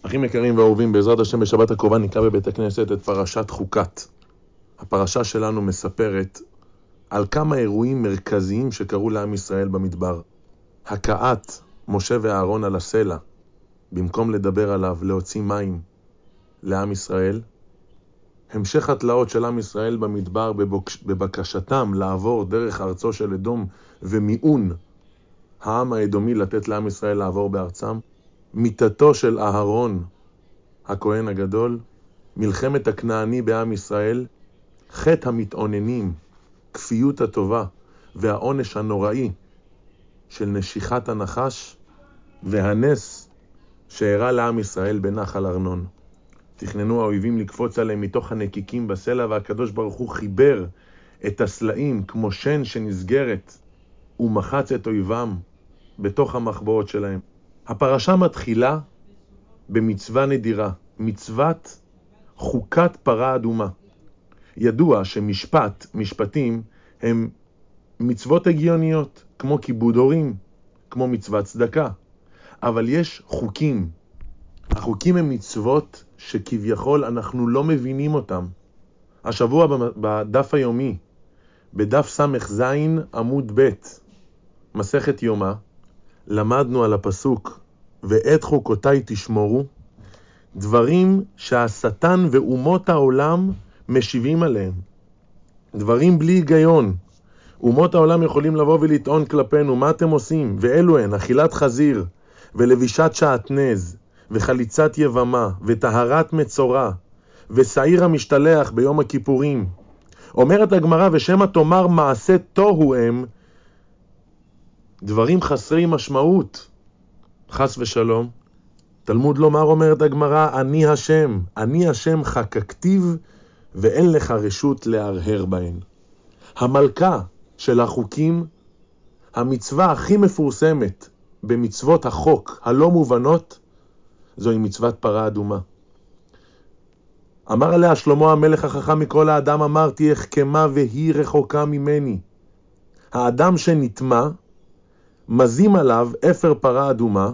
אחים יקרים ואהובים, בעזרת השם בשבת הקרובה נקרא בבית הכנסת את פרשת חוקת. הפרשה שלנו מספרת על כמה אירועים מרכזיים שקרו לעם ישראל במדבר. הכאת משה ואהרון על הסלע, במקום לדבר עליו, להוציא מים לעם ישראל. המשך התלאות של עם ישראל במדבר בבקשתם לעבור דרך ארצו של אדום ומיעון העם האדומי לתת לעם ישראל לעבור בארצם. מיתתו של אהרון הכהן הגדול, מלחמת הכנעני בעם ישראל, חטא המתאוננים, כפיות הטובה והעונש הנוראי של נשיכת הנחש, והנס שאירע לעם ישראל בנחל ארנון. תכננו האויבים לקפוץ עליהם מתוך הנקיקים בסלע, והקדוש ברוך הוא חיבר את הסלעים כמו שן שנסגרת ומחץ את אויבם בתוך המחבואות שלהם. הפרשה מתחילה במצווה נדירה, מצוות חוקת פרה אדומה. ידוע משפטים הם מצוות הגיוניות, כמו כיבוד הורים, כמו מצוות צדקה. אבל יש חוקים. החוקים הם מצוות שכביכול אנחנו לא מבינים אותם. השבוע בדף היומי, בדף סמך זין עמוד ב', מסכת יומא, למדנו על הפסוק ואת חוקותיי תשמורו, דברים שהשטן ואומות העולם משיבים עליהם. דברים בלי היגיון. אומות העולם יכולים לבוא ולטעון כלפינו, מה אתם עושים? ואלו הן, אכילת חזיר, ולבישת שעטנז, וחליצת יבמה, וטהרת מצורע, ושעיר המשתלח ביום הכיפורים. אומרת הגמרא, ושמא תאמר מעשה תוהו הם, דברים חסרי משמעות, חס ושלום. תלמוד לומר, אומרת הגמרא, אני השם חקקתיו, ואין לך רשות להרהר בהן. המלכה של החוקים, המצווה הכי מפורסמת במצוות החוק הלא מובנות, זוהי מצוות פרה אדומה. אמר עליה שלמה המלך החכם מכל האדם, אמרתי החכמה והיא רחוקה ממני. האדם שנטמע, מזים עליו אפר פרה אדומה,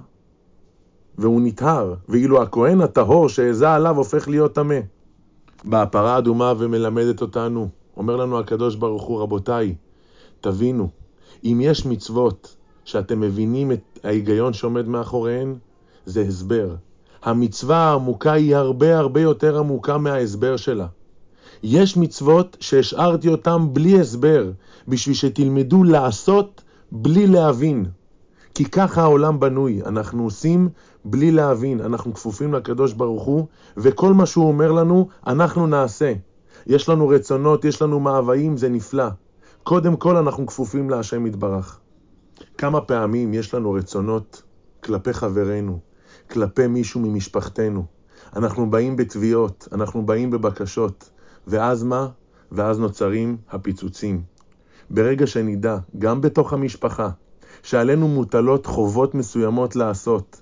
והוא נטהר, ואילו הכהן הטהור שהזה עליו הופך להיות טמא. באה פרה אדומה ומלמדת אותנו, אומר לנו הקדוש ברוך הוא, רבותיי, תבינו, אם יש מצוות שאתם מבינים את ההיגיון שעומד מאחוריהן, זה הסבר. המצווה העמוקה היא הרבה הרבה יותר עמוקה מההסבר שלה. יש מצוות שהשארתי אותם בלי הסבר, בשביל שתלמדו לעשות בלי להבין. כי ככה העולם בנוי, אנחנו עושים בלי להבין, אנחנו כפופים לקדוש ברוך הוא, וכל מה שהוא אומר לנו, אנחנו נעשה. יש לנו רצונות, יש לנו מאוויים, זה נפלא. קודם כל אנחנו כפופים להשם יתברך. כמה פעמים יש לנו רצונות כלפי חברינו, כלפי מישהו ממשפחתנו. אנחנו באים בתביעות, אנחנו באים בבקשות, ואז מה? ואז נוצרים הפיצוצים. ברגע שנדע, גם בתוך המשפחה, שעלינו מוטלות חובות מסוימות לעשות,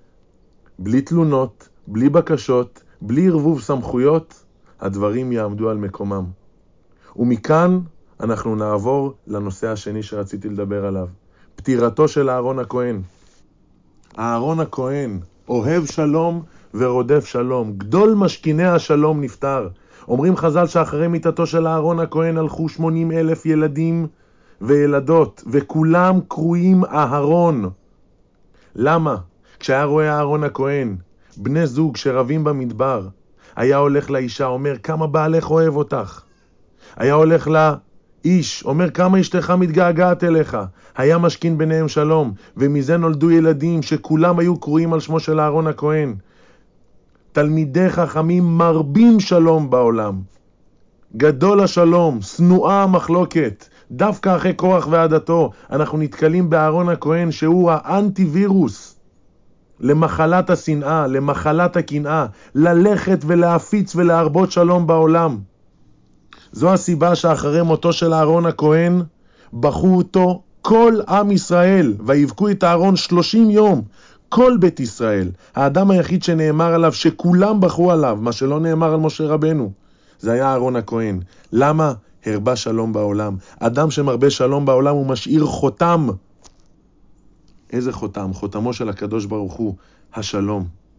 בלי תלונות, בלי בקשות, בלי ערבוב סמכויות, הדברים יעמדו על מקומם. ומכאן אנחנו נעבור לנושא השני שרציתי לדבר עליו. פטירתו של אהרון הכהן. אהרון הכהן, אוהב שלום ורודף שלום. גדול משכיני השלום נפטר. אומרים חז"ל שאחרי מיתתו של אהרון הכהן הלכו 80,000 ילדים וילדות, וכולם קרויים אהרון. למה? כשהיה רואה אהרון הכהן, בני זוג שרבים במדבר, היה הולך לאישה, אומר, כמה בעלך אוהב אותך. היה הולך לאיש, אומר, כמה אשתך מתגעגעת אליך. היה משכין ביניהם שלום, ומזה נולדו ילדים שכולם היו קרויים על שמו של אהרון הכהן. תלמידי חכמים מרבים שלום בעולם. גדול השלום, שנואה המחלוקת. דווקא אחרי קורח ועדתו, אנחנו נתקלים באהרון הכהן שהוא האנטי-וירוס למחלת השנאה, למחלת הקנאה, ללכת ולהפיץ ולהרבות שלום בעולם. זו הסיבה שאחרי מותו של אהרון הכהן, בחו אותו כל עם ישראל, ויבכו את אהרון 30 יום, כל בית ישראל. האדם היחיד שנאמר עליו שכולם בחו עליו, מה שלא נאמר על משה רבנו, זה היה אהרון הכהן. למה? הרבה שלום בעולם. אדם שמרבה שלום בעולם הוא משאיר חותם. איזה חותם? חותמו של הקדוש ברוך הוא, השלום.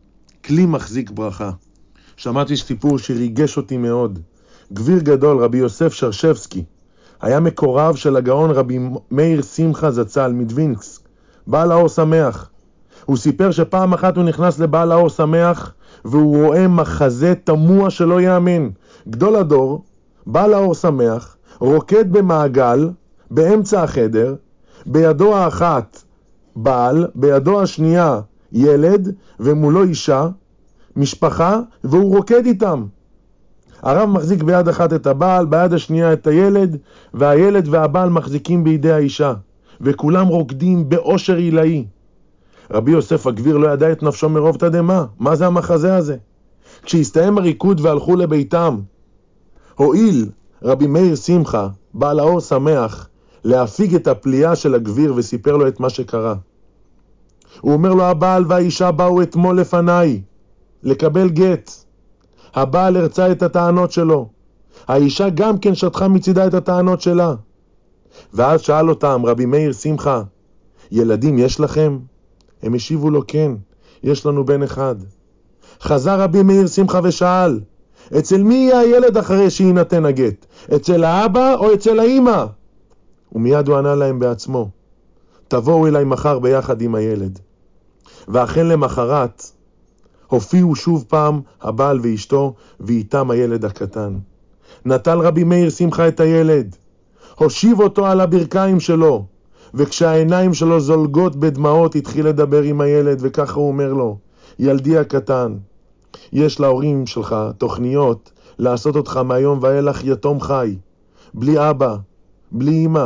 כלי מחזיק ברכה. שמעתי סיפור שריגש אותי מאוד. גביר גדול, רבי יוסף שרשבסקי, היה מקורב של הגאון רבי מאיר שמחה זצ"ל מדווינסק, בעל האור שמח. הוא סיפר שפעם אחת הוא נכנס לבעל האור שמח, והוא רואה מחזה תמוה שלא יאמן. גדול הדור, בעל האור שמח, רוקד במעגל באמצע החדר, בידו האחת בעל, בידו השנייה ילד, ומולו אישה, משפחה, והוא רוקד איתם. הרב מחזיק ביד אחת את הבעל, ביד השנייה את הילד, והילד והבעל מחזיקים בידי האישה, וכולם רוקדים באושר עילאי. רבי יוסף הגביר לא ידע את נפשו מרוב תדהמה. מה זה המחזה הזה? כשהסתיים הריקוד והלכו לביתם, הועיל רבי מאיר שמחה, בעל האור שמח, להפיג את הפליאה של הגביר וסיפר לו את מה שקרה. הוא אומר לו, הבעל והאישה באו אתמול לפניי לקבל גט. הבעל הרצה את הטענות שלו. האישה גם כן שטחה מצידה את הטענות שלה. ואז שאל אותם רבי מאיר שמחה, ילדים יש לכם? הם השיבו לו, כן, יש לנו בן אחד. חזר רבי מאיר שמחה ושאל, אצל מי יהיה הילד אחרי שיינתן הגט? אצל האבא או אצל האמא? ומיד הוא ענה להם בעצמו, תבואו אליי מחר ביחד עם הילד. ואכן למחרת הופיעו שוב פעם הבעל ואשתו, ואיתם הילד הקטן. נטל רבי מאיר שמחה את הילד, הושיב אותו על הברכיים שלו, וכשהעיניים שלו זולגות בדמעות התחיל לדבר עם הילד, וככה הוא אומר לו, ילדי הקטן, יש להורים שלך תוכניות לעשות אותך מהיום ואילך יתום חי, בלי אבא, בלי אמא.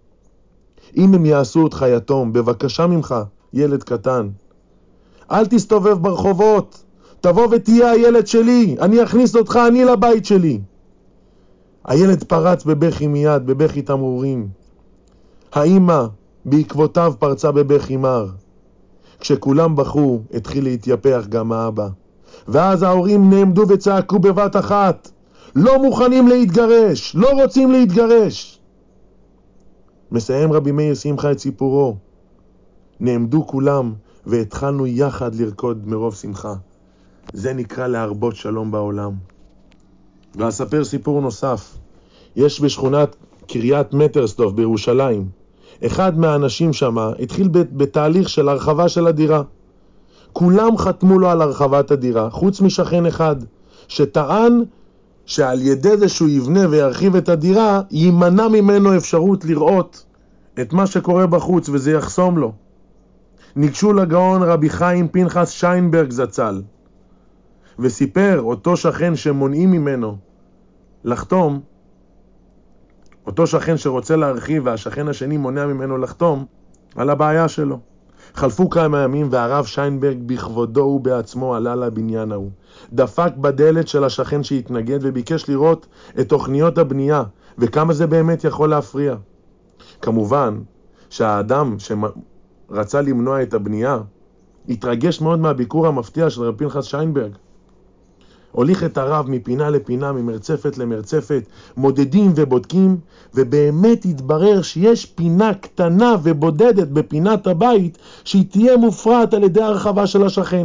אם הם יעשו אותך יתום, בבקשה ממך, ילד קטן, אל תסתובב ברחובות, תבוא ותהיה הילד שלי, אני אכניס אותך אני לבית שלי. הילד פרץ בבכי מיד, בבכי תמרורים. האמא בעקבותיו פרצה בבכי מר. כשכולם בכו, התחיל להתייפח גם האבא. ואז ההורים נעמדו וצעקו בבת אחת, לא מוכנים להתגרש, לא רוצים להתגרש. מסיים רבי מאיר שמחה את סיפורו. נעמדו כולם והתחלנו יחד לרקוד מרוב שמחה. זה נקרא להרבות שלום בעולם. ואספר סיפור נוסף. יש בשכונת קריית מטרסדורף בירושלים, אחד מהאנשים שם התחיל בתהליך של הרחבה של הדירה. כולם חתמו לו על הרחבת הדירה, חוץ משכן אחד, שטען שעל ידי זה שהוא יבנה וירחיב את הדירה, יימנע ממנו אפשרות לראות את מה שקורה בחוץ, וזה יחסום לו. ניגשו לגאון רבי חיים פנחס שיינברג זצ"ל, וסיפר אותו שכן שמונעים ממנו לחתום, אותו שכן שרוצה להרחיב והשכן השני מונע ממנו לחתום, על הבעיה שלו. חלפו כמה ימים והרב שיינברג בכבודו ובעצמו עלה לבניין ההוא. דפק בדלת של השכן שהתנגד וביקש לראות את תוכניות הבנייה וכמה זה באמת יכול להפריע. כמובן שהאדם שרצה למנוע את הבנייה התרגש מאוד מהביקור המפתיע של רב פנחס שיינברג. הוליך את הרב מפינה לפינה, ממרצפת למרצפת, מודדים ובודקים, ובאמת התברר שיש פינה קטנה ובודדת בפינת הבית שהיא תהיה מופרעת על ידי הרחבה של השכן.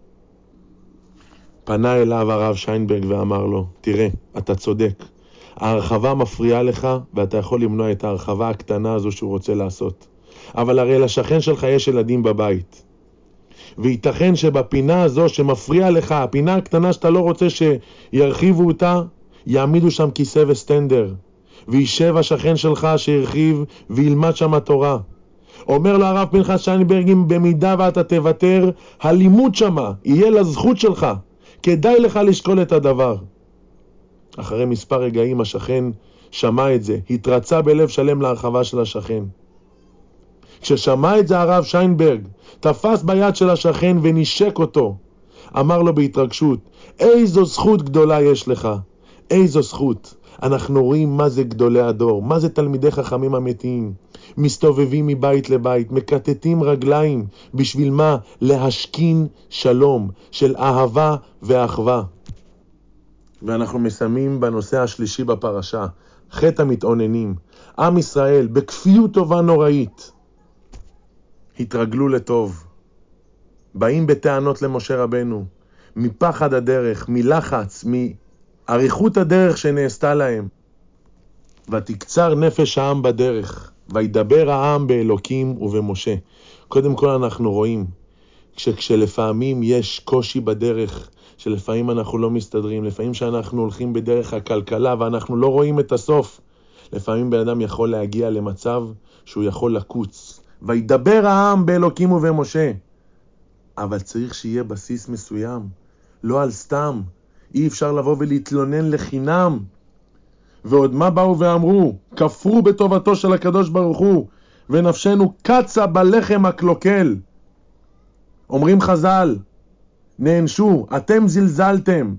פנה אליו הרב שיינברג ואמר לו, תראה, אתה צודק, ההרחבה מפריעה לך ואתה יכול למנוע את ההרחבה הקטנה הזו שהוא רוצה לעשות. אבל הרי לשכן שלך יש ילדים בבית. וייתכן שבפינה הזו שמפריע לך, הפינה הקטנה שאתה לא רוצה שירחיבו אותה, יעמידו שם כיסא וסטנדר, וישב השכן שלך שירחיב וילמד שם התורה. אומר לו הרב פנחס שיינברג, במידה ואתה תוותר, הלימוד שם יהיה לזכות שלך, כדאי לך לשקול את הדבר. אחרי מספר רגעים השכן שמע את זה, התרצה בלב שלם להרחבה של השכן. כששמע את זה הרב שיינברג, תפס ביד של השכן ונשק אותו. אמר לו בהתרגשות, איזו זכות גדולה יש לך, איזו זכות. אנחנו רואים מה זה גדולי הדור, מה זה תלמידי חכמים אמיתיים. מסתובבים מבית לבית, מקטטים רגליים, בשביל מה? להשכין שלום, של אהבה ואחווה. ואנחנו מסיימים בנושא השלישי בפרשה, חטא המתאוננים. עם ישראל בכפיות טובה נוראית התרגלו לטוב, באים בטענות למשה רבנו, מפחד הדרך, מלחץ, מאריכות הדרך שנעשתה להם. ותקצר נפש העם בדרך, וידבר העם באלוקים ובמשה. קודם כל אנחנו רואים, כשלפעמים יש קושי בדרך, שלפעמים אנחנו לא מסתדרים, לפעמים שאנחנו הולכים בדרך הכלכלה ואנחנו לא רואים את הסוף, לפעמים בן אדם יכול להגיע למצב שהוא יכול לקוץ. וידבר העם באלוקים ובמשה. אבל צריך שיהיה בסיס מסוים, לא על סתם. אי אפשר לבוא ולהתלונן לחינם. ועוד מה באו ואמרו? כפרו בטובתו של הקדוש ברוך הוא, ונפשנו קצה בלחם הקלוקל. אומרים חז"ל, נענשו, אתם זלזלתם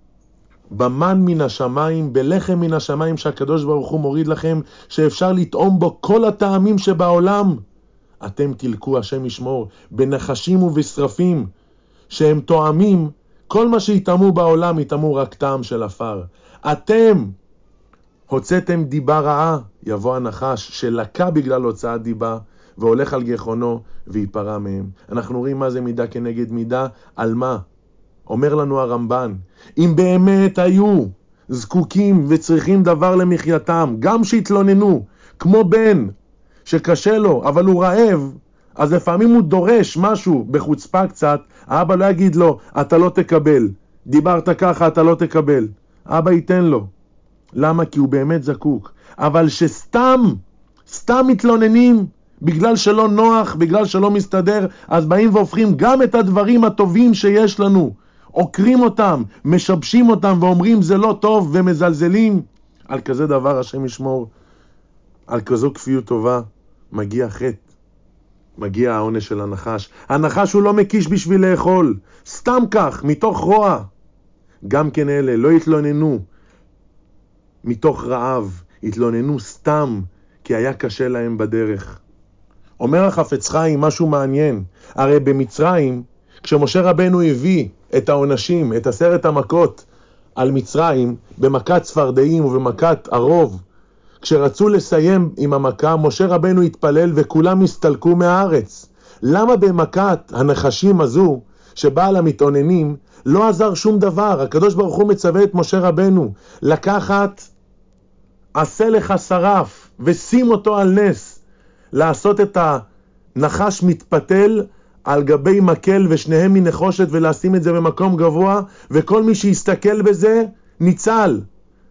במן מן השמיים, בלחם מן השמיים שהקדוש ברוך הוא מוריד לכם, שאפשר לטעום בו כל הטעמים שבעולם. אתם תלקו, השם ישמור, בנחשים ובשרפים, שהם טועמים, כל מה שיטעמו בעולם יטעמו רק טעם של אפר. אתם הוצאתם דיבה רעה, יבוא הנחש שלקה בגלל הוצאת דיבה, והולך על גחונו ויפרע מהם. אנחנו רואים מה זה מידה כנגד מידה, על מה? אומר לנו הרמב"ן, אם באמת היו זקוקים וצריכים דבר למחייתם, גם שהתלוננו, כמו בן שקשה לו, אבל הוא רעב, אז לפעמים הוא דורש משהו בחוצפה קצת, האבא לא יגיד לו, אתה לא תקבל, דיברת ככה, אתה לא תקבל. אבא ייתן לו. למה? כי הוא באמת זקוק. אבל שסתם מתלוננים, בגלל שלא נוח, בגלל שלא מסתדר, אז באים והופכים גם את הדברים הטובים שיש לנו, עוקרים אותם, משבשים אותם ואומרים זה לא טוב ומזלזלים. על כזה דבר השם ישמור, על כזו כפיות טובה, מגיע חטא, מגיע העונש של הנחש. הנחש הוא לא מקיש בשביל לאכול, סתם כך, מתוך רוע. גם כן אלה לא התלוננו מתוך רעב, התלוננו סתם, כי היה קשה להם בדרך. אומר החפץ חיים משהו מעניין, הרי במצרים, כשמשה רבנו הביא את העונשים, את 10 המכות על מצרים, במכת צפרדעים ובמכת הרוב, כשרצו לסיים עם המכה, משה רבנו התפלל וכולם הסתלקו מהארץ. למה במכת הנחשים הזו, שבאה למתאוננים, לא עזר שום דבר? הקדוש ברוך הוא מצווה את משה רבנו לקחת עשה לך שרף ושים אותו על נס, לעשות את הנחש מתפתל על גבי מקל ושניהם מנחושת ולשים את זה במקום גבוה, וכל מי שיסתכל בזה ניצל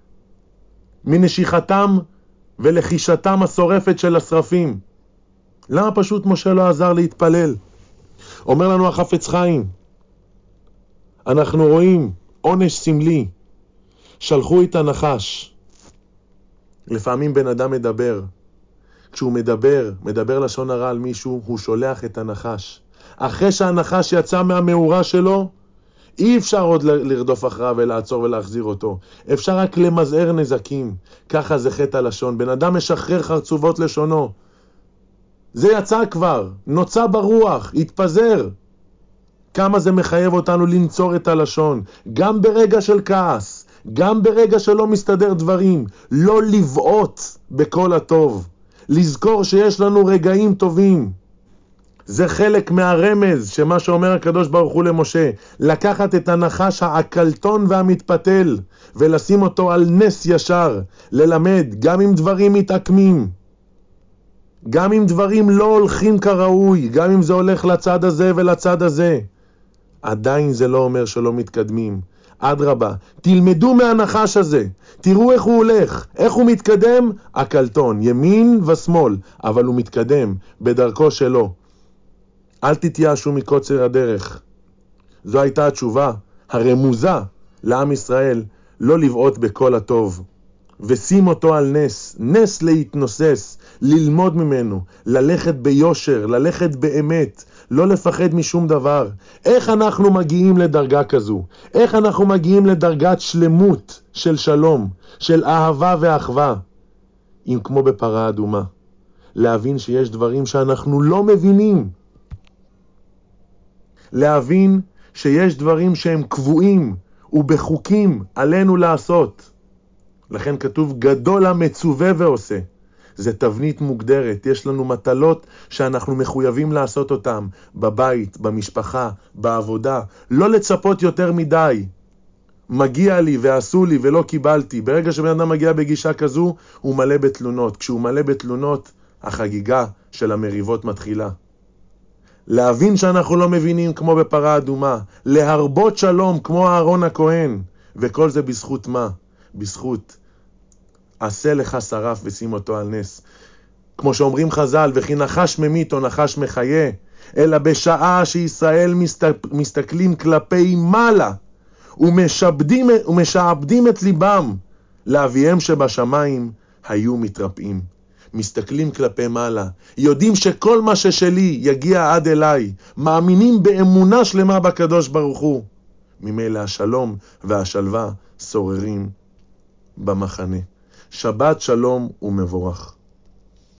מנשיכתם ולחישתם השורפת של השרפים. למה פשוט משה לא עזר להתפלל? אומר לנו החפץ חיים, אנחנו רואים עונש סמלי, שלחו את הנחש. לפעמים בן אדם מדבר, כשהוא מדבר לשון הרע על מישהו, הוא שולח את הנחש. אחרי שהנחש יצא מהמאורה שלו, אי אפשר עוד לרדוף אחריו ולעצור ולהחזיר אותו. אפשר רק למזער נזקים. ככה זה חטא הלשון. בן אדם משחרר חרצובות לשונו. זה יצא כבר, נוצא ברוח, התפזר. כמה זה מחייב אותנו לנצור את הלשון. גם ברגע של כעס, גם ברגע שלא מסתדר דברים, לא לבעוט בכל הטוב. לזכור שיש לנו רגעים טובים. זה חלק מהרמז שמה שאומר הקדוש ברוך הוא למשה, לקחת את הנחש העקלתון והמתפתל ולשים אותו על נס ישר, ללמד גם אם דברים מתעקמים, גם אם דברים לא הולכים כראוי, גם אם זה הולך לצד הזה ולצד הזה, עדיין זה לא אומר שלא מתקדמים. אדרבה, תלמדו מהנחש הזה, תראו איך הוא הולך, איך הוא מתקדם, עקלתון, ימין ושמאל, אבל הוא מתקדם בדרכו שלו. אל תתייאשו מקוצר הדרך. זו הייתה התשובה הרמוזה לעם ישראל, לא לבעוט בכל הטוב. ושים אותו על נס, נס להתנוסס, ללמוד ממנו, ללכת ביושר, ללכת באמת, לא לפחד משום דבר. איך אנחנו מגיעים לדרגה כזו? איך אנחנו מגיעים לדרגת שלמות של שלום, של אהבה ואחווה? אם כמו בפרה אדומה, להבין שיש דברים שאנחנו לא מבינים, להבין שיש דברים שהם קבועים ובחוקים עלינו לעשות. לכן כתוב גדול המצווה ועושה. זה תבנית מוגדרת, יש לנו מטלות שאנחנו מחויבים לעשות אותן בבית, במשפחה, בעבודה. לא לצפות יותר מדי. מגיע לי ועשו לי ולא קיבלתי. ברגע שבן אדם מגיע בגישה כזו, הוא מלא בתלונות. כשהוא מלא בתלונות, החגיגה של המריבות מתחילה. להבין שאנחנו לא מבינים כמו בפרה אדומה. להרבות שלום כמו אהרון הכהן. וכל זה בזכות מה? בזכות עשה לך שרף ושים אותו על נס. כמו שאומרים חז"ל, וכי נחש ממית או נחש מחיה, אלא בשעה שישראל מסתכלים כלפי מעלה, ומשעבדים את ליבם, לאביהם שבשמיים היו מתרפאים. מסתכלים כלפי מעלה, יודעים שכל מה ששלי יגיע עד אליי, מאמינים באמונה שלמה בקדוש ברוך הוא. ממילא השלום והשלווה שוררים במחנה. שבת שלום ומבורך.